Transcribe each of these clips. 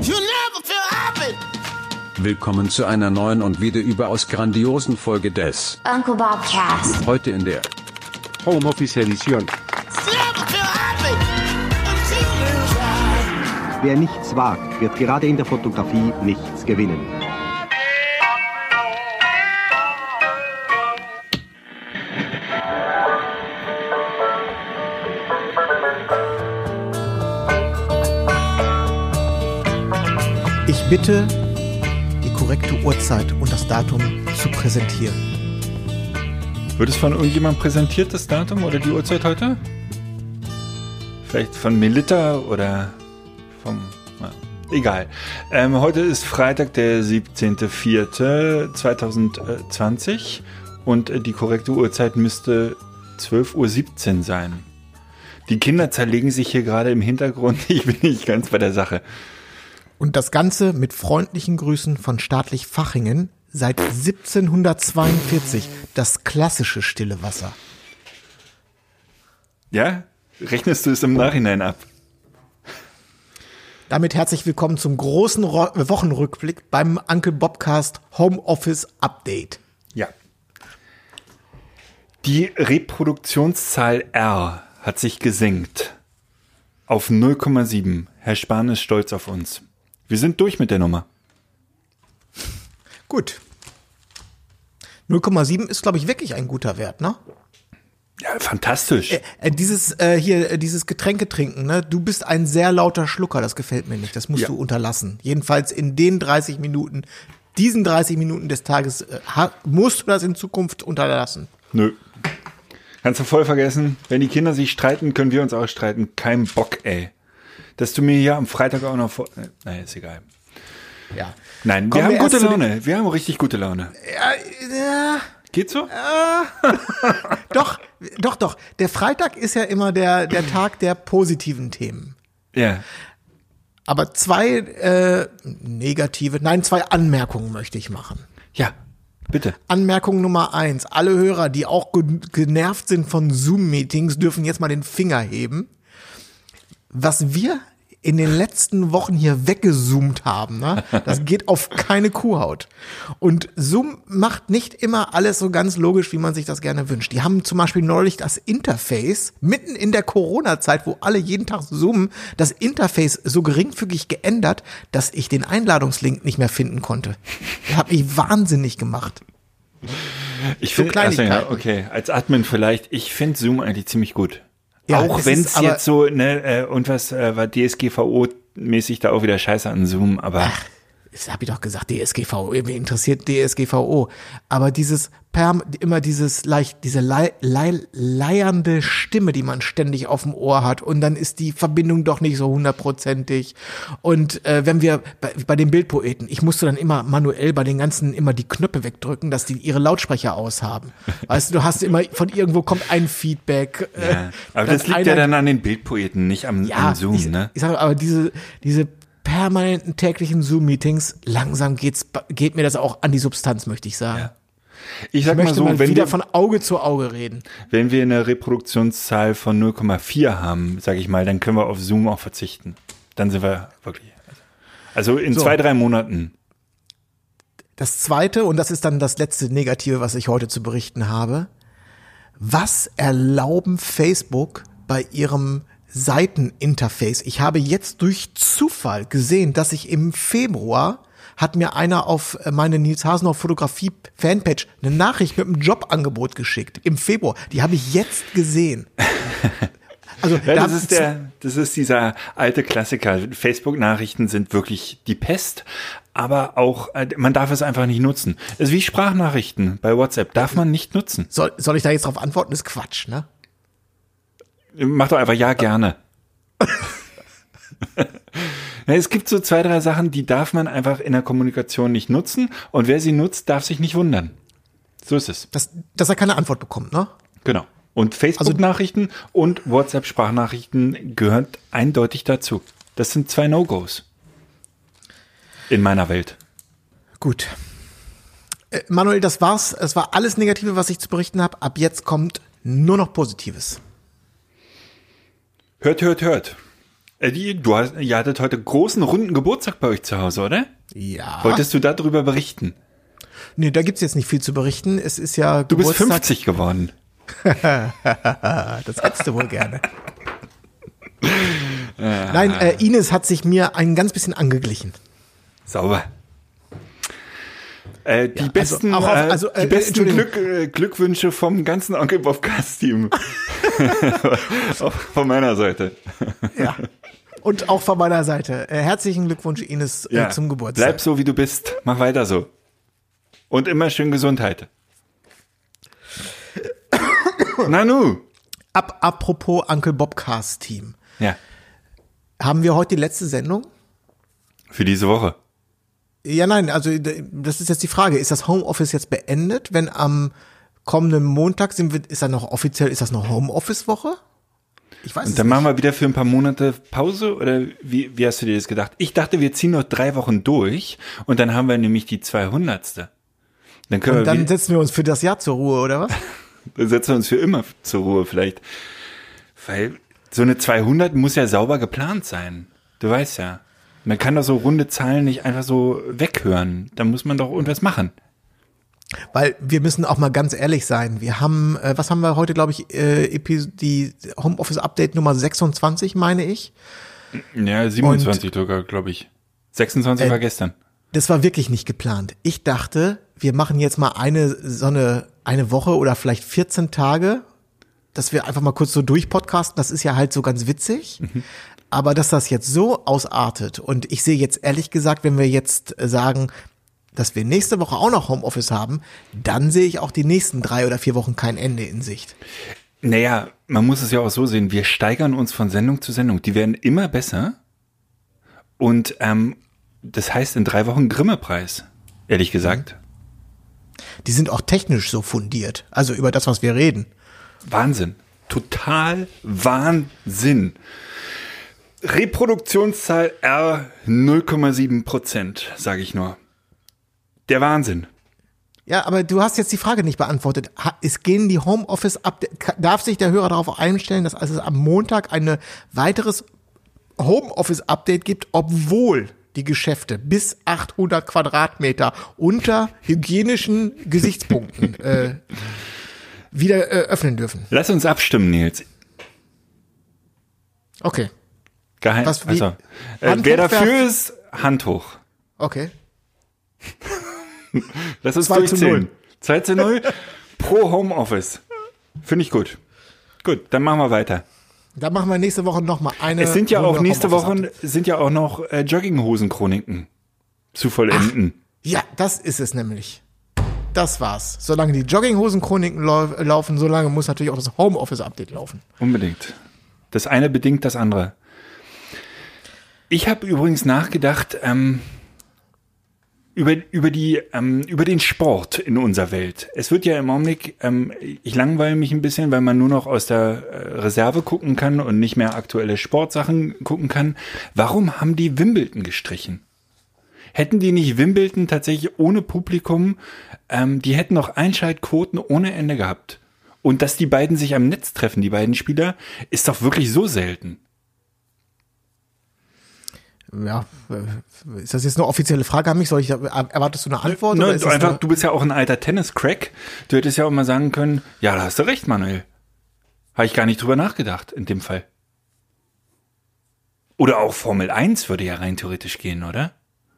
You never feel happy. Willkommen zu einer neuen und wieder überaus grandiosen Folge des Uncle Bob Cast. Heute in der Homeoffice Edition. Never feel happy until you try. Wer nichts wagt, wird gerade in der Fotografie nichts gewinnen. Ich bitte, die korrekte Uhrzeit und das Datum zu präsentieren. Wird es von irgendjemandem präsentiert, das Datum oder die Uhrzeit heute? Vielleicht von Melita oder vom... egal. Heute ist Freitag, der 17.04.2020 und die korrekte Uhrzeit müsste 12.17 Uhr sein. Die Kinder zerlegen sich hier gerade im Hintergrund. Ich bin nicht ganz bei der Sache. Und das Ganze mit freundlichen Grüßen von Staatlich Fachingen seit 1742. Das klassische stille Wasser. Ja? Rechnest du es im Nachhinein ab? Damit herzlich willkommen zum großen Wochenrückblick beim Uncle Bobcast Homeoffice Update. Ja. Die Reproduktionszahl R hat sich gesenkt auf 0,7. Herr Spahn ist stolz auf uns. Wir sind durch mit der Nummer. Gut. 0,7 ist, glaube ich, wirklich ein guter Wert, ne? Ja, fantastisch. Dieses Getränke trinken, ne? Du bist ein sehr lauter Schlucker, das gefällt mir nicht. Das musst du unterlassen. Jedenfalls in den 30 Minuten, diesen 30 Minuten des Tages, musst du das in Zukunft unterlassen. Nö. Kannst du voll vergessen. Wenn die Kinder sich streiten, können wir uns auch streiten. Kein Bock, ey. Dass du mir hier am Freitag auch noch Nein, ist egal. Ja. Nein, wir haben gute Laune. Wir haben richtig gute Laune. Ja. Geht so? Doch. Der Freitag ist ja immer der Tag der positiven Themen. Ja. Aber zwei Anmerkungen möchte ich machen. Ja, bitte. Anmerkung Nummer 1. Alle Hörer, die auch genervt sind von Zoom-Meetings, dürfen jetzt mal den Finger heben. Was wir in den letzten Wochen hier weggezoomt haben, ne? Das geht auf keine Kuhhaut. Und Zoom macht nicht immer alles so ganz logisch, wie man sich das gerne wünscht. Die haben zum Beispiel neulich das Interface, mitten in der Corona-Zeit, wo alle jeden Tag zoomen, das Interface so geringfügig geändert, dass ich den Einladungslink nicht mehr finden konnte. Das hat mich wahnsinnig gemacht. Ich finde, okay, als Admin vielleicht, ich finde Zoom eigentlich ziemlich gut. Ja, auch wenn es jetzt so, irgendwas war DSGVO-mäßig da auch wieder scheiße an Zoom, aber. Ach, das habe ich doch gesagt, DSGVO, mir interessiert DSGVO. Aber diese leiernde Stimme, die man ständig auf dem Ohr hat und dann ist die Verbindung doch nicht so 100%ig. Und wenn wir bei den Bildpoeten, ich musste dann immer manuell bei den ganzen immer die Knöpfe wegdrücken, dass die ihre Lautsprecher aushaben. Weißt du, hast immer von irgendwo kommt ein Feedback. Ja, aber das liegt ja dann an den Bildpoeten, nicht am Zoom, ne? Ich sage, aber diese permanenten täglichen Zoom-Meetings, langsam geht mir das auch an die Substanz, möchte ich sagen. Ja. Ich möchte mal wenn wieder von Auge zu Auge reden. Wenn wir eine Reproduktionszahl von 0,4 haben, sage ich mal, dann können wir auf Zoom auch verzichten. Dann sind wir wirklich, also in 2-3 Monaten. Das Zweite, und das ist dann das letzte Negative, was ich heute zu berichten habe. Was erlauben Facebook bei ihrem Seiteninterface? Ich habe jetzt durch Zufall gesehen, dass ich im Februar hat mir einer auf meine Nils Hasenhoff Fotografie Fanpage eine Nachricht mit einem Jobangebot geschickt. Im Februar. Die habe ich jetzt gesehen. Also ja, das ist dieser alte Klassiker. Facebook-Nachrichten sind wirklich die Pest, aber auch, man darf es einfach nicht nutzen. Es ist wie Sprachnachrichten bei WhatsApp, darf man nicht nutzen. Soll ich da jetzt drauf antworten? Das ist Quatsch, ne? Mach doch einfach ja gerne. Es gibt so 2-3 Sachen, die darf man einfach in der Kommunikation nicht nutzen und wer sie nutzt, darf sich nicht wundern. So ist es. Dass er keine Antwort bekommt, ne? Genau. Und Facebook-Nachrichten und WhatsApp-Sprachnachrichten gehören eindeutig dazu. Das sind 2 No-Gos in meiner Welt. Gut. Manuel, das war's. Es war alles Negative, was ich zu berichten habe. Ab jetzt kommt nur noch Positives. Hört. Ihr hattet heute großen, runden Geburtstag bei euch zu Hause, oder? Ja. Wolltest du darüber berichten? Nee, da gibt's jetzt nicht viel zu berichten. Es ist ja Du bist Geburtstag. 50 geworden. Das hättest du wohl gerne. Nein, Ines hat sich mir ein ganz bisschen angeglichen. Sauber. Die besten, die besten Glückwünsche vom ganzen Onkel Bobcast-Team. Auch von meiner Seite. Ja. Und auch von meiner Seite. Herzlichen Glückwunsch, Ines, zum Geburtstag. Bleib so, wie du bist. Mach weiter so. Und immer schön Gesundheit. Nanu. Apropos Onkel Bobcast-Team. Ja. Haben wir heute die letzte Sendung? Für diese Woche. Ja, nein, also das ist jetzt die Frage. Ist das Homeoffice jetzt beendet, wenn am kommenden Montag ist das noch Homeoffice-Woche? Ich weiß es Und dann nicht. machen wir wieder für ein paar Monate Pause? Oder wie hast du dir das gedacht? Ich dachte, wir ziehen noch 3 Wochen durch und dann haben wir nämlich die 200. Dann setzen wir uns für das Jahr zur Ruhe, oder was? Dann setzen wir uns für immer zur Ruhe vielleicht. Weil so eine 200 muss ja sauber geplant sein. Du weißt ja. Man kann doch so runde Zahlen nicht einfach so weghören. Da muss man doch irgendwas machen. Weil wir müssen auch mal ganz ehrlich sein. Wir haben, was haben wir heute, glaube ich, die Homeoffice-Update Nummer 26, meine ich. Ja, 27 sogar, glaube ich. 26 war gestern. Das war wirklich nicht geplant. Ich dachte, wir machen jetzt mal eine Woche oder vielleicht 14 Tage, dass wir einfach mal kurz so durchpodcasten. Das ist ja halt so ganz witzig. Mhm. Aber dass das jetzt so ausartet und ich sehe jetzt ehrlich gesagt, wenn wir jetzt sagen, dass wir nächste Woche auch noch Homeoffice haben, dann sehe ich auch die nächsten 3 oder 4 Wochen kein Ende in Sicht. Naja, man muss es ja auch so sehen, wir steigern uns von Sendung zu Sendung. Die werden immer besser und das heißt in 3 Wochen Grimme-Preis, ehrlich gesagt. Die sind auch technisch so fundiert, also über das, was wir reden. Wahnsinn, total Wahnsinn. Reproduktionszahl R 0,7%, sage ich nur. Der Wahnsinn. Ja, aber du hast jetzt die Frage nicht beantwortet. Gehen die Homeoffice-Update, darf sich der Hörer darauf einstellen, dass es am Montag ein weiteres Homeoffice-Update gibt, obwohl die Geschäfte bis 800 Quadratmeter unter hygienischen Gesichtspunkten wieder öffnen dürfen? Lass uns abstimmen, Nils. Okay. Geheim. Wer wer dafür ist, Hand hoch. Okay. Lass uns 2:0. durchzählen. 2:0 pro Homeoffice. Finde ich gut. Gut, dann machen wir weiter. Dann machen wir nächste Woche noch mal eine. Es sind ja auch nächste Woche Homeoffice-Update. noch Jogginghosen-Chroniken zu vollenden. Ja, das ist es nämlich. Das war's. Solange die Jogginghosen-Chroniken laufen, solange muss natürlich auch das Homeoffice-Update laufen. Unbedingt. Das eine bedingt das andere. Ich habe übrigens nachgedacht über den Sport in unserer Welt. Es wird ja im Augenblick, ich langweile mich ein bisschen, weil man nur noch aus der Reserve gucken kann und nicht mehr aktuelle Sportsachen gucken kann. Warum haben die Wimbledon gestrichen? Hätten die nicht Wimbledon tatsächlich ohne Publikum, die hätten noch Einschaltquoten ohne Ende gehabt. Und dass die beiden sich am Netz treffen, die beiden Spieler, ist doch wirklich so selten. Ja, ist das jetzt eine offizielle Frage an mich? Erwartest du eine Antwort? Ne, oder ist das du bist ja auch ein alter Tennis-Crack. Du hättest ja auch mal sagen können, ja, da hast du recht, Manuel. Habe ich gar nicht drüber nachgedacht, in dem Fall. Oder auch Formel 1 würde ja rein theoretisch gehen, oder?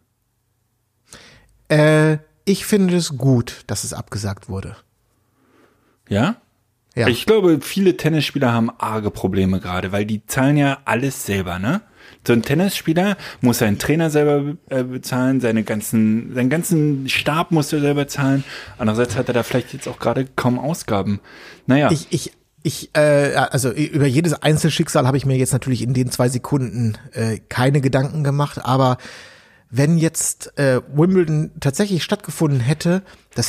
Ich finde es gut, dass es abgesagt wurde. Ja? Ja. Ich glaube, viele Tennisspieler haben arge Probleme gerade, weil die zahlen ja alles selber, ne? So ein Tennisspieler muss seinen Trainer selber bezahlen, seinen ganzen Stab muss er selber zahlen. Andererseits hat er da vielleicht jetzt auch gerade kaum Ausgaben. Naja. Also über jedes Einzelschicksal habe ich mir jetzt natürlich in den 2 Sekunden keine Gedanken gemacht, aber wenn jetzt Wimbledon tatsächlich stattgefunden hätte, das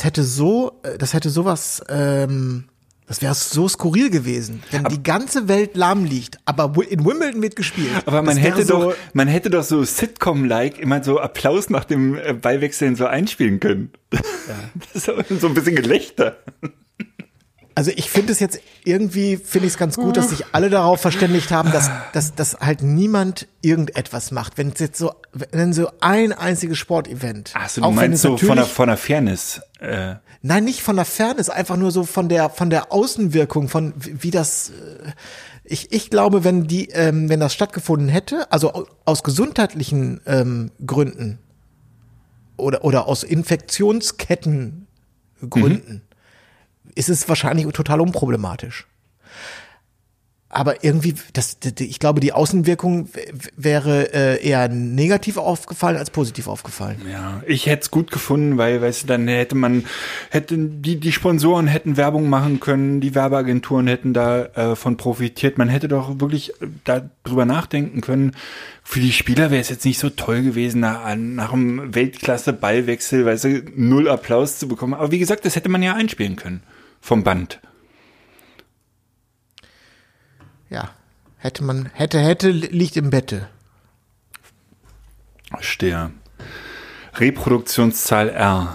wäre so skurril gewesen, wenn die ganze Welt lahm liegt, aber in Wimbledon wird gespielt. Aber man hätte doch so Sitcom-like immer so Applaus nach dem Ballwechseln so einspielen können. Ja. Das ist auch so ein bisschen Gelächter. Also ich finde es jetzt irgendwie, finde ich es ganz gut, dass sich alle darauf verständigt haben, dass halt niemand irgendetwas macht. Wenn es jetzt so, wenn so ein einziges Sportevent. Ach so, du meinst so von der Fairness. Nein, nicht von der Fairness, einfach nur so von der Außenwirkung, von wie das. Ich glaube, wenn das stattgefunden hätte, also aus gesundheitlichen Gründen oder aus Infektionskettengründen, ist es wahrscheinlich total unproblematisch. Aber irgendwie, ich glaube, die Außenwirkung wäre eher negativ aufgefallen als positiv aufgefallen. Ja, ich hätte es gut gefunden, weil, weißt du, dann hätten die Sponsoren hätten Werbung machen können, die Werbeagenturen hätten davon profitiert. Man hätte doch wirklich darüber nachdenken können. Für die Spieler wäre es jetzt nicht so toll gewesen, nach einem Weltklasse-Ballwechsel, weißt du, 0 Applaus zu bekommen. Aber wie gesagt, das hätte man ja einspielen können vom Band. Ja, hätte, liegt im Bette. Stehe. Reproduktionszahl R.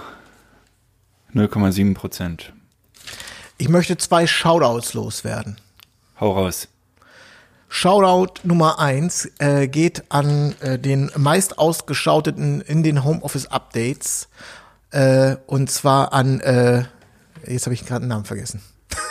0,7%. Ich möchte 2 Shoutouts loswerden. Hau raus. Shoutout Nummer 1 geht an den meist ausgeschauteten in den Homeoffice-Updates. Und zwar an, jetzt habe ich gerade den Namen vergessen.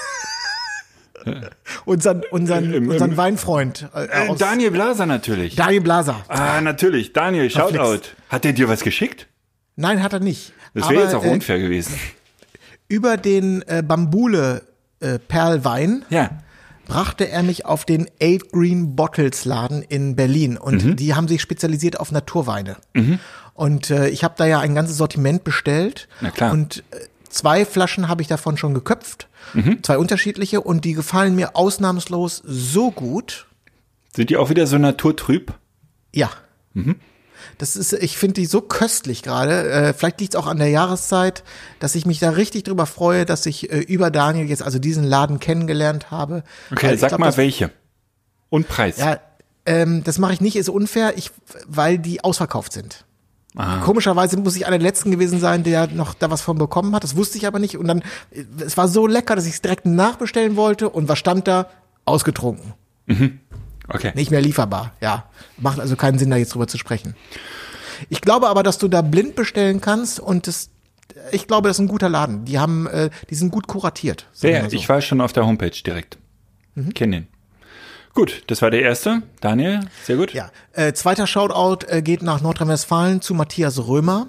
unseren Weinfreund. Daniel Blaser natürlich. Daniel Blaser. Ah, natürlich. Daniel, Shoutout. Hat der dir was geschickt? Nein, hat er nicht. Das wäre jetzt auch unfair gewesen. Über den Bambule Perlwein brachte er mich auf den 8 Green Bottles Laden in Berlin. Und die haben sich spezialisiert auf Naturweine. Und ich habe da ja ein ganzes Sortiment bestellt. Na klar. Und 2 Flaschen habe ich davon schon geköpft. 2 unterschiedliche und die gefallen mir ausnahmslos so gut. Sind die auch wieder so naturtrüb? Ja. Das ist, ich finde die so köstlich gerade. Vielleicht liegt es auch an der Jahreszeit, dass ich mich da richtig drüber freue, dass ich über Daniel jetzt also diesen Laden kennengelernt habe. Okay, sag mal welche. Und Preis. Ja, das mache ich nicht, ist unfair, weil die ausverkauft sind. Aha. Komischerweise muss ich einer der letzten gewesen sein, der noch da was von bekommen hat. Das wusste ich aber nicht. Und dann, es war so lecker, dass ich es direkt nachbestellen wollte. Und was stand da? Ausgetrunken. Okay. Nicht mehr lieferbar. Ja, macht also keinen Sinn, da jetzt drüber zu sprechen. Ich glaube aber, dass du da blind bestellen kannst. Und ich glaube, das ist ein guter Laden. Die sind gut kuratiert. Ja, so. Ich war schon auf der Homepage direkt. Kenn den. Gut, das war der erste. Daniel, sehr gut. Ja, zweiter Shoutout geht nach Nordrhein-Westfalen zu Matthias Römer.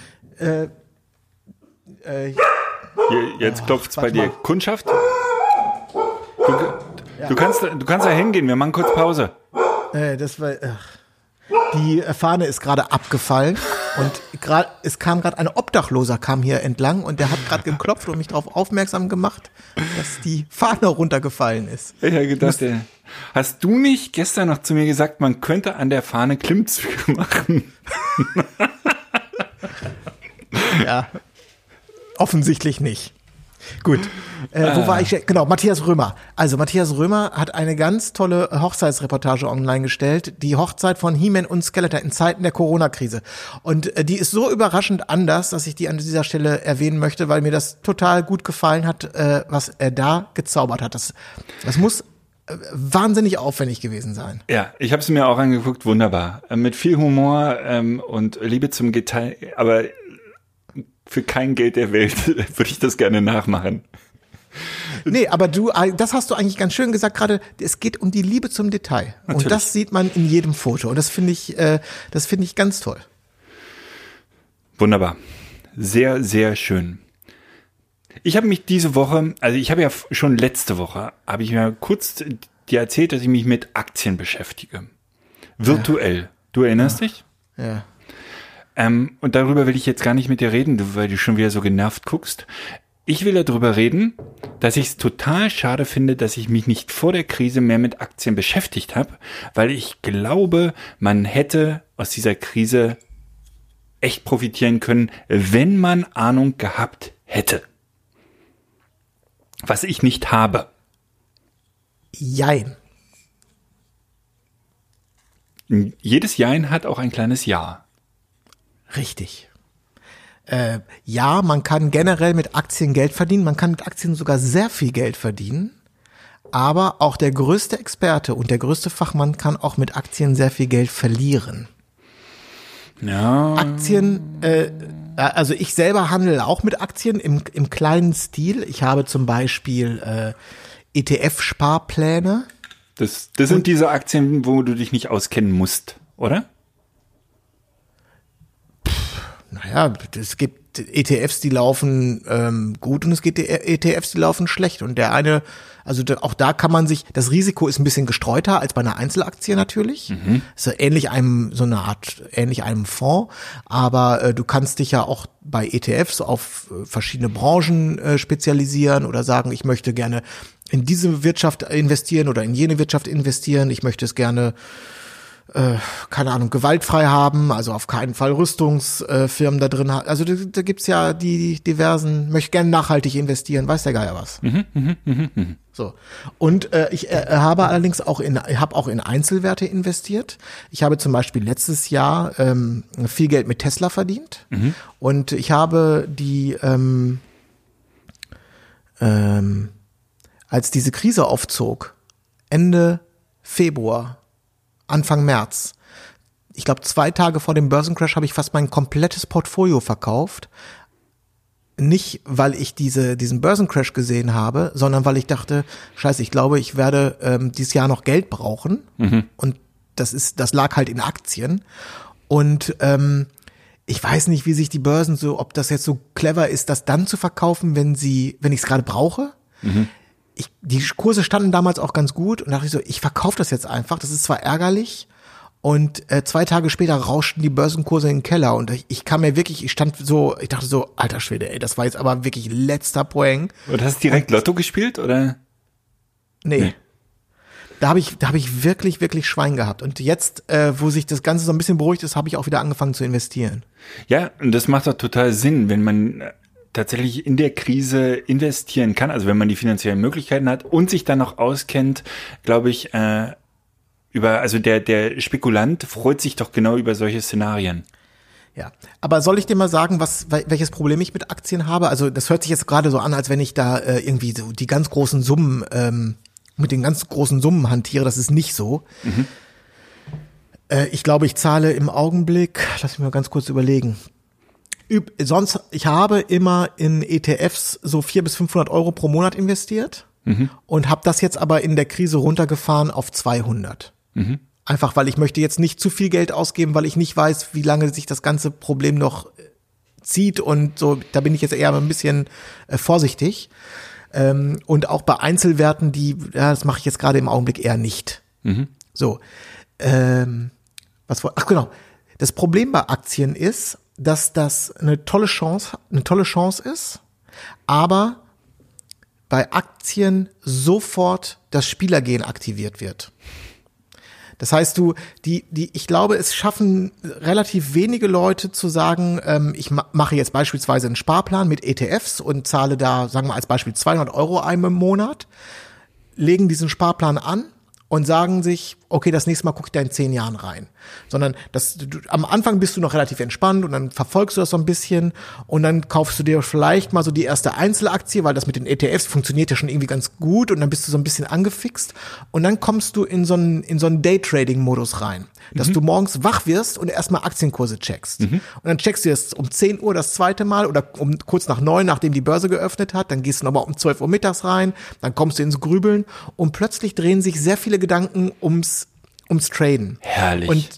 Jetzt klopft's bei dir. Kundschaft? Du kannst da hingehen, wir machen kurz Pause. Die Fahne ist gerade abgefallen und es kam gerade ein Obdachloser kam hier entlang und der hat gerade geklopft und mich darauf aufmerksam gemacht, dass die Fahne runtergefallen ist. Ich habe gedacht, hast du nicht gestern noch zu mir gesagt, man könnte an der Fahne Klimmzüge machen? Ja, offensichtlich nicht. Gut, wo war ich? Genau, Matthias Römer. Also Matthias Römer hat eine ganz tolle Hochzeitsreportage online gestellt. Die Hochzeit von He-Man und Skeletor in Zeiten der Corona-Krise. Und die ist so überraschend anders, dass ich die an dieser Stelle erwähnen möchte, weil mir das total gut gefallen hat, was er da gezaubert hat. Das muss wahnsinnig aufwendig gewesen sein. Ja, ich habe es mir auch angeguckt, wunderbar. Mit viel Humor und Liebe zum Detail, aber für kein Geld der Welt würde ich das gerne nachmachen. Nee, aber das hast du eigentlich ganz schön gesagt gerade, es geht um die Liebe zum Detail. Natürlich. Und das sieht man in jedem Foto. Und das finde ich ganz toll. Wunderbar. Sehr, sehr schön. Ich habe mich diese Woche, also ich habe ja schon letzte Woche, habe ich mir kurz dir erzählt, dass ich mich mit Aktien beschäftige. Virtuell. Ja. Du erinnerst dich? Ja. Und darüber will ich jetzt gar nicht mit dir reden, weil du schon wieder so genervt guckst. Ich will darüber reden, dass ich es total schade finde, dass ich mich nicht vor der Krise mehr mit Aktien beschäftigt habe, weil ich glaube, man hätte aus dieser Krise echt profitieren können, wenn man Ahnung gehabt hätte. Was ich nicht habe. Jein. Jedes Jein hat auch ein kleines Ja. Richtig. Ja, man kann generell mit Aktien Geld verdienen, man kann mit Aktien sogar sehr viel Geld verdienen, aber auch der größte Experte und der größte Fachmann kann auch mit Aktien sehr viel Geld verlieren. Ja. Aktien, also ich selber handle auch mit Aktien im kleinen Stil. Ich habe zum Beispiel ETF-Sparpläne. Das sind diese Aktien, wo du dich nicht auskennen musst, oder? Naja, es gibt ETFs, die laufen gut und es gibt ETFs, die laufen schlecht. Und der eine, also auch da kann man sich, das Risiko ist ein bisschen gestreuter als bei einer Einzelaktie natürlich. Ist ja ähnlich einem Fonds, aber du kannst dich ja auch bei ETFs auf verschiedene Branchen spezialisieren oder sagen, ich möchte gerne in diese Wirtschaft investieren oder in jene Wirtschaft investieren. Ich möchte es gerne keine Ahnung, gewaltfrei haben, also auf keinen Fall Rüstungsfirmen da drin haben. Also da gibt's ja die diversen, möchte gerne nachhaltig investieren, weiß der Geier was. So. Und ich habe allerdings auch in Einzelwerte investiert. Ich habe zum Beispiel letztes Jahr viel Geld mit Tesla verdient und ich habe die als diese Krise aufzog, Ende Februar, Anfang März. Ich glaube, 2 Tage vor dem Börsencrash habe ich fast mein komplettes Portfolio verkauft. Nicht, weil ich diesen Börsencrash gesehen habe, sondern weil ich dachte, scheiße, ich glaube, ich werde dieses Jahr noch Geld brauchen. Und das lag halt in Aktien. Und ich weiß nicht, wie sich die Börsen so, ob das jetzt so clever ist, das dann zu verkaufen, wenn ich es gerade brauche. Die Kurse standen damals auch ganz gut und dachte ich so, ich verkaufe das jetzt einfach. Das ist zwar ärgerlich und 2 Tage später rauschten die Börsenkurse in den Keller und ich dachte so, alter Schwede, ey, das war jetzt aber wirklich letzter Poeng. Und hast du direkt Lotto gespielt, oder? Nee. Da habe ich wirklich, wirklich Schwein gehabt. Und jetzt, wo sich das Ganze so ein bisschen beruhigt ist, habe ich auch wieder angefangen zu investieren. Ja, und das macht doch total Sinn, wenn man tatsächlich in der Krise investieren kann, also wenn man die finanziellen Möglichkeiten hat und sich dann noch auskennt, glaube ich, also der Spekulant freut sich doch genau über solche Szenarien. Ja, aber soll ich dir mal sagen, welches Problem ich mit Aktien habe? Also das hört sich jetzt gerade so an, als wenn ich da irgendwie so die ganz großen Summen, mit den ganz großen Summen hantiere. Das ist nicht so. Ich glaube, ich zahle im Augenblick, lass mich mal ganz kurz überlegen, ich habe immer in ETFs so 400 bis 500 Euro pro Monat investiert und habe das jetzt aber in der Krise runtergefahren auf 200. Einfach, weil ich möchte jetzt nicht zu viel Geld ausgeben, weil ich nicht weiß, wie lange sich das ganze Problem noch zieht und so. Da bin ich jetzt eher ein bisschen vorsichtig. Und auch bei Einzelwerten, das mache ich jetzt gerade im Augenblick eher nicht. So, ach genau. Das Problem bei Aktien ist, dass das eine tolle Chance ist, aber bei Aktien sofort das Spielergen aktiviert wird. Das heißt, ich glaube, es schaffen relativ wenige Leute zu sagen, ich mache jetzt beispielsweise einen Sparplan mit ETFs und zahle da, sagen wir als Beispiel 200 Euro im Monat, legen diesen Sparplan an und sagen sich, okay, das nächste Mal gucke ich da in 10 Jahren rein. Sondern am Anfang bist du noch relativ entspannt und dann verfolgst du das so ein bisschen und dann kaufst du dir vielleicht mal so die erste Einzelaktie, weil das mit den ETFs funktioniert ja schon irgendwie ganz gut und dann bist du so ein bisschen angefixt und dann kommst du in so einen Daytrading-Modus rein, dass du morgens wach wirst und erstmal Aktienkurse checkst. Und dann checkst du jetzt um 10 Uhr das zweite Mal oder kurz nach 9, nachdem die Börse geöffnet hat, dann gehst du nochmal um 12 Uhr mittags rein, dann kommst du ins Grübeln und plötzlich drehen sich sehr viele Gedanken ums Traden. Herrlich. Und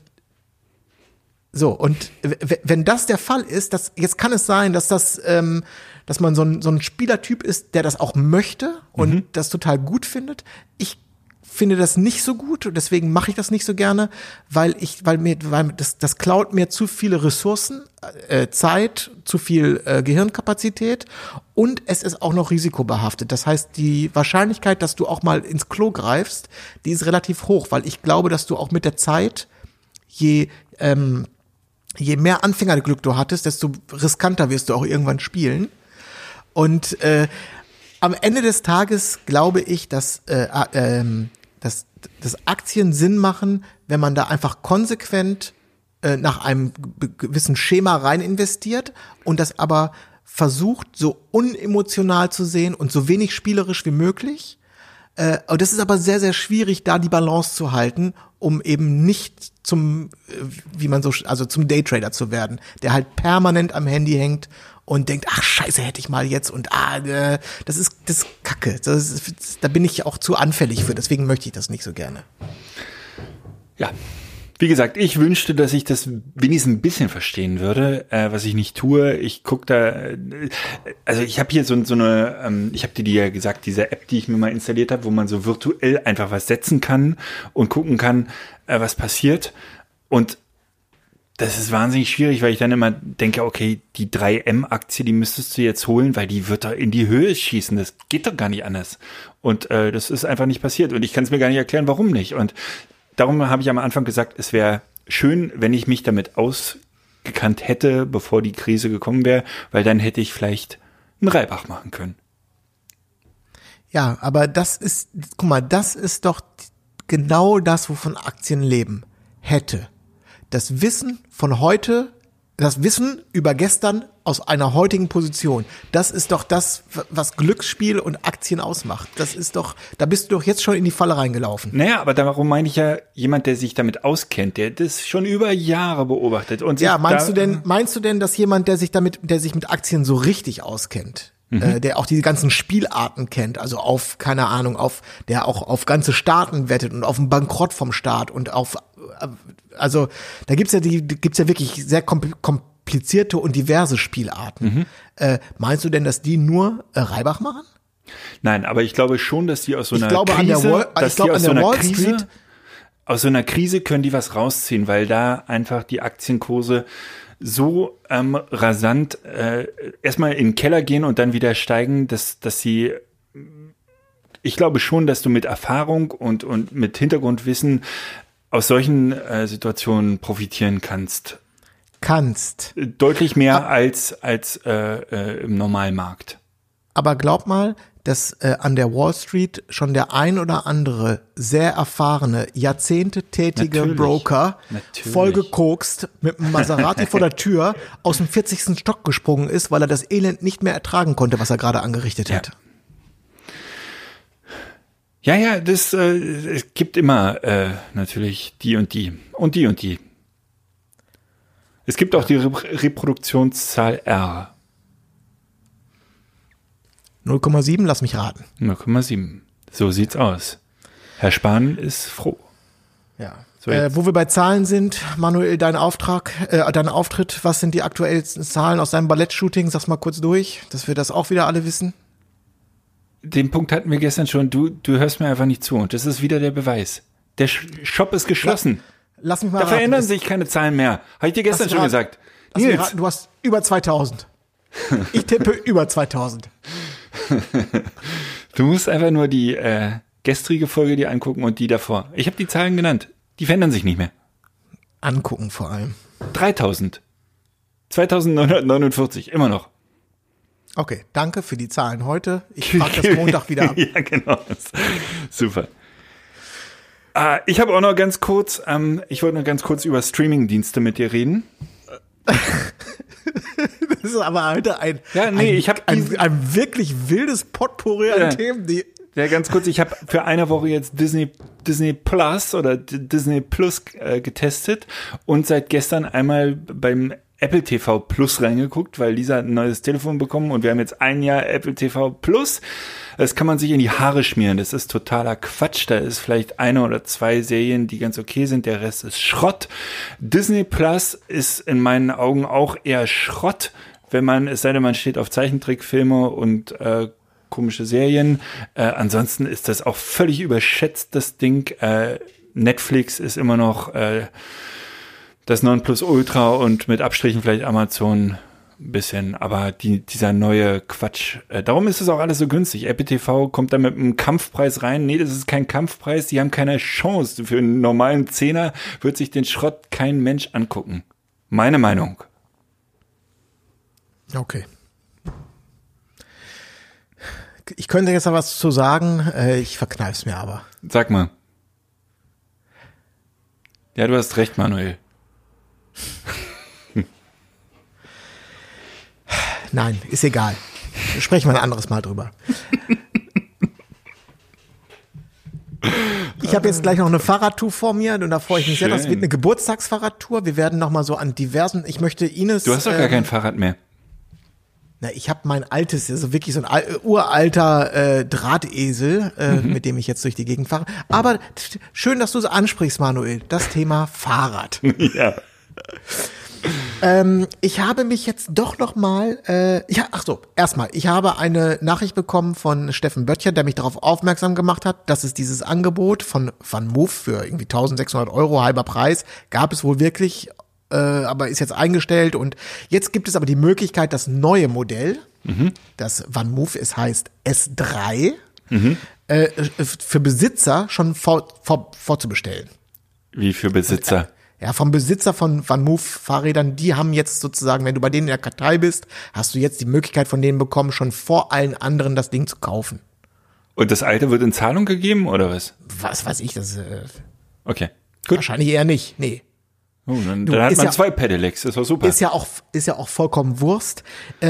wenn das der Fall ist, jetzt kann es sein, dass dass man so ein Spielertyp ist, der das auch möchte und das total gut findet. Ich finde das nicht so gut und deswegen mache ich das nicht so gerne, weil das klaut mir zu viele Ressourcen, Zeit, zu viel Gehirnkapazität und es ist auch noch risikobehaftet. Das heißt, die Wahrscheinlichkeit, dass du auch mal ins Klo greifst, die ist relativ hoch, weil ich glaube, dass du auch mit der Zeit, je mehr Anfängerglück du hattest, desto riskanter wirst du auch irgendwann spielen. Und am Ende des Tages glaube ich, dass Aktien Sinn machen, wenn man da einfach konsequent nach einem gewissen Schema rein investiert und das aber versucht, so unemotional zu sehen und so wenig spielerisch wie möglich. Und das ist aber sehr, sehr schwierig, da die Balance zu halten, um eben nicht zum Daytrader zu werden, der halt permanent am Handy hängt und denkt, ach scheiße, hätte ich mal jetzt und das ist Kacke. Da bin ich auch zu anfällig für, deswegen möchte ich das nicht so gerne. Ja. Wie gesagt, ich wünschte, dass ich das wenigstens ein bisschen verstehen würde, was ich nicht tue. Ich gucke da, also ich habe hier so eine, ich habe dir ja gesagt, diese App, die ich mir mal installiert habe, wo man so virtuell einfach was setzen kann und gucken kann, was passiert. Und das ist wahnsinnig schwierig, weil ich dann immer denke, okay, die 3M-Aktie, die müsstest du jetzt holen, weil die wird da in die Höhe schießen. Das geht doch gar nicht anders. Und das ist einfach nicht passiert. Und ich kann es mir gar nicht erklären, warum nicht. Und darum habe ich am Anfang gesagt, es wäre schön, wenn ich mich damit ausgekannt hätte, bevor die Krise gekommen wäre, weil dann hätte ich vielleicht einen Reibach machen können. Ja, aber das ist doch genau das, wovon Aktien leben. Hätte. Das Wissen von heute, das Wissen über gestern aus einer heutigen Position. Das ist doch das, was Glücksspiel und Aktien ausmacht. Das ist doch, da bist du doch jetzt schon in die Falle reingelaufen. Naja, aber darum meine ich ja, jemand, der sich damit auskennt, der das schon über Jahre beobachtet. Und ja, meinst du denn, dass jemand, der sich mit Aktien so richtig auskennt, der auch diese ganzen Spielarten kennt, also auf, keine Ahnung, der auch auf ganze Staaten wettet und auf den Bankrott vom Staat und also da gibt's ja wirklich sehr komplizierte und diverse Spielarten. Meinst du denn, dass die nur Reibach machen? Nein, aber ich glaube schon, dass die aus so einer aus so einer Krise können die was rausziehen, weil da einfach die Aktienkurse so rasant erstmal in den Keller gehen und dann wieder steigen, dass sie, ich glaube schon, dass du mit Erfahrung und mit Hintergrundwissen aus solchen Situationen profitieren kannst. Deutlich mehr als im Normalmarkt. Aber glaub mal, dass an der Wall Street schon der ein oder andere sehr erfahrene, jahrzehntetätige Broker vollgekokst mit einem Maserati vor der Tür aus dem 40. Stock gesprungen ist, weil er das Elend nicht mehr ertragen konnte, was er gerade angerichtet hat. Ja, es gibt immer natürlich die und die und die und die. Es gibt auch die Reproduktionszahl R. 0,7, lass mich raten. 0,7. So sieht's aus. Herr Spahn ist froh. Ja. So wo wir bei Zahlen sind, Manuel, dein Auftritt, was sind die aktuellsten Zahlen aus deinem Ballettshooting? Sag's mal kurz durch, dass wir das auch wieder alle wissen. Den Punkt hatten wir gestern schon. Du hörst mir einfach nicht zu und das ist wieder der Beweis. Der Shop ist geschlossen. Lass mich mal raten. Da verändern sich keine Zahlen mehr. Habe ich dir gestern schon gesagt. Nils, du hast über 2000. Ich tippe über 2000. Du musst einfach nur die gestrige Folge dir angucken und die davor. Ich habe die Zahlen genannt. Die verändern sich nicht mehr. Angucken vor allem. 3000. 2949, immer noch. Okay, danke für die Zahlen heute. Ich frage das Montag wieder ab. Ja, genau. Super. Ich habe auch noch ganz kurz, ich wollte noch ganz kurz über Streaming-Dienste mit dir reden. Das ist aber heute ein wirklich wildes Potpourri an Themen, die. Ja, ganz kurz, ich habe für eine Woche jetzt Disney Plus oder Disney Plus getestet und seit gestern einmal beim Apple TV Plus reingeguckt, weil Lisa hat ein neues Telefon bekommen und wir haben jetzt ein Jahr Apple TV Plus. Das kann man sich in die Haare schmieren. Das ist totaler Quatsch. Da ist vielleicht eine oder zwei Serien, die ganz okay sind. Der Rest ist Schrott. Disney Plus ist in meinen Augen auch eher Schrott, es sei denn, man steht auf Zeichentrickfilme und komische Serien. Ansonsten ist das auch völlig überschätzt, das Ding. Netflix ist immer noch das Nonplusultra und mit Abstrichen vielleicht Amazon ein bisschen, aber dieser neue Quatsch. Darum ist es auch alles so günstig. Apple TV kommt da mit einem Kampfpreis rein. Nee, das ist kein Kampfpreis. Die haben keine Chance. Für einen normalen Zehner wird sich den Schrott kein Mensch angucken. Meine Meinung. Okay. Ich könnte jetzt noch was zu sagen. Ich verkneif's mir aber. Sag mal. Ja, du hast recht, Manuel. Nein, ist egal. Sprechen wir ein anderes Mal drüber. Ich habe jetzt gleich noch eine Fahrradtour vor mir und da freue ich mich sehr. Das wird eine Geburtstagsfahrradtour. Wir werden nochmal so an diversen, ich möchte Ines... Du hast doch gar kein Fahrrad mehr. Na, ich habe mein altes, also wirklich so ein uralter Drahtesel, mit dem ich jetzt durch die Gegend fahre. Aber schön, dass du es ansprichst, Manuel, das Thema Fahrrad. Ja. Ich habe mich jetzt doch noch mal, erstmal, ich habe eine Nachricht bekommen von Steffen Böttcher, der mich darauf aufmerksam gemacht hat, dass es dieses Angebot von Van Moof für irgendwie 1.600 € halber Preis gab es wohl wirklich, aber ist jetzt eingestellt und jetzt gibt es aber die Möglichkeit, das neue Modell, das Van Moof, es heißt S3, für Besitzer schon vorzubestellen. Wie für Besitzer? Ja, vom Besitzer von Van Moof Fahrrädern, die haben jetzt sozusagen, wenn du bei denen in der Kartei bist, hast du jetzt die Möglichkeit von denen bekommen, schon vor allen anderen das Ding zu kaufen. Und das alte wird in Zahlung gegeben, oder was? Was weiß ich, das Okay, gut. wahrscheinlich eher nicht, nee. Oh, dann Du, hat ist man ja- 2 Pedelecs, das war super. Ist ja auch vollkommen Wurst.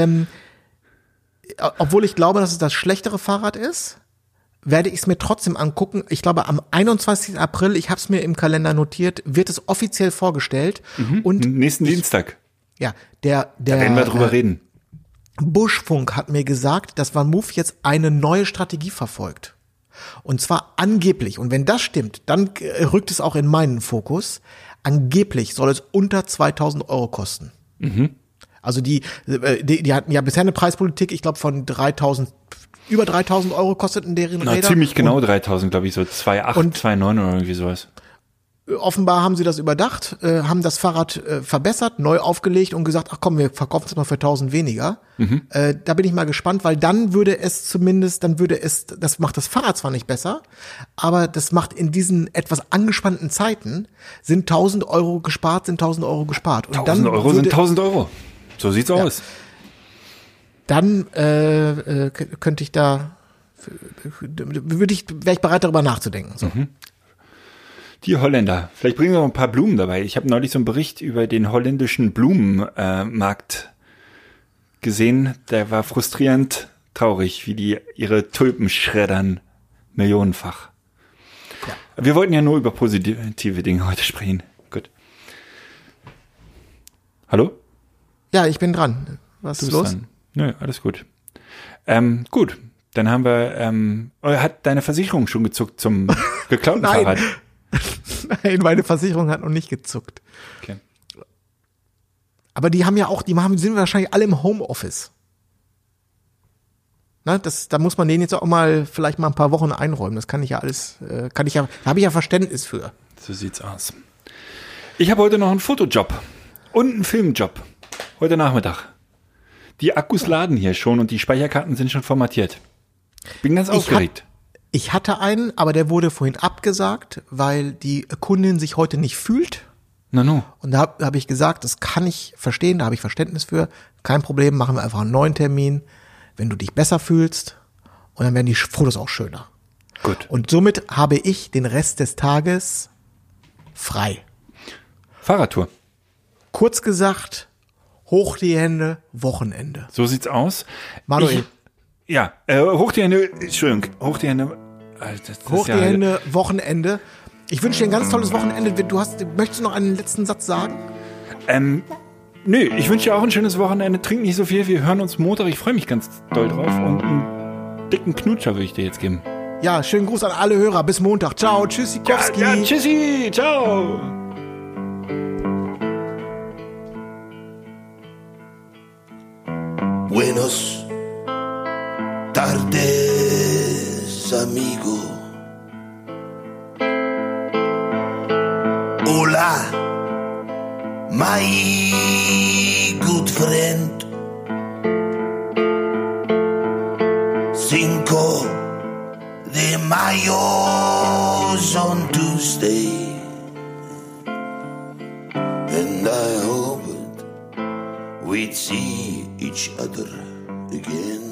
Obwohl ich glaube, dass es das schlechtere Fahrrad ist, werde ich es mir trotzdem angucken. Ich glaube, am 21. April, ich habe es mir im Kalender notiert, wird es offiziell vorgestellt. Und Nächsten Dienstag. ja, der Da werden wir drüber reden. Buschfunk hat mir gesagt, dass Van Moof jetzt eine neue Strategie verfolgt. Und zwar angeblich, und wenn das stimmt, dann rückt es auch in meinen Fokus, angeblich soll es unter 2.000 € kosten. Also die hatten ja bisher eine Preispolitik, ich glaube von über 3.000 € kosteten deren Na, Räder. ziemlich genau 3.000, glaube ich, so 2,8, Und- 2,9 oder irgendwie sowas. Offenbar haben sie das überdacht, haben das Fahrrad verbessert, neu aufgelegt und gesagt, ach komm, wir verkaufen es mal für 1.000 weniger. Da bin ich mal gespannt, weil dann das macht das Fahrrad zwar nicht besser, aber das macht in diesen etwas angespannten Zeiten, sind 1.000 € gespart, sind 1.000 € gespart. Und 1.000 € sind 1.000 €. So sieht's aus. dann könnte ich wäre ich bereit, darüber nachzudenken. So. Die Holländer. Vielleicht bringen wir noch ein paar Blumen dabei. Ich habe neulich so einen Bericht über den holländischen Blumenmarkt gesehen. Der war frustrierend traurig, wie die ihre Tulpen schreddern. Millionenfach. Ja. Wir wollten ja nur über positive Dinge heute sprechen. Gut. Hallo? Ja, ich bin dran. Was ist los? Dran. Nö, alles gut. Gut, dann haben wir, hat deine Versicherung schon gezuckt zum geklauten Nein. Fahrrad? Nein, meine Versicherung hat noch nicht gezuckt. Okay. Aber die sind wahrscheinlich alle im Homeoffice. Na, da muss man denen jetzt auch vielleicht mal ein paar Wochen einräumen. Das kann ich ja alles, da habe ich ja Verständnis für. So sieht's aus. Ich habe heute noch einen Fotojob und einen Filmjob. Heute Nachmittag. Die Akkus laden hier schon und die Speicherkarten sind schon formatiert. Bin ganz aufgeregt. Ich hatte einen, aber der wurde vorhin abgesagt, weil die Kundin sich heute nicht fühlt. No. Und da hab ich gesagt, das kann ich verstehen, da habe ich Verständnis für. Kein Problem, machen wir einfach einen neuen Termin, wenn du dich besser fühlst. Und dann werden die Fotos auch schöner. Gut. Und somit habe ich den Rest des Tages frei. Fahrradtour. Kurz gesagt, hoch die Hände, Wochenende. So sieht's aus. Manuel. Hoch die Hände, Entschuldigung, hoch die Hände. Das Hoch ist die ja- Hände, Wochenende. Ich wünsche dir ein ganz tolles Wochenende. Möchtest du noch einen letzten Satz sagen? Nö, ich wünsche dir auch ein schönes Wochenende. Trink nicht so viel, wir hören uns Montag. Ich freue mich ganz doll drauf und einen dicken Knutscher würde ich dir jetzt geben. Ja, schönen Gruß an alle Hörer. Bis Montag. Ciao, tschüssikowski. Ja, tschüssi, ciao. Buenos tardes, amigo. Hola, my good friend. 5 de Mayo's on Tuesday, and I hoped we'd see each other again.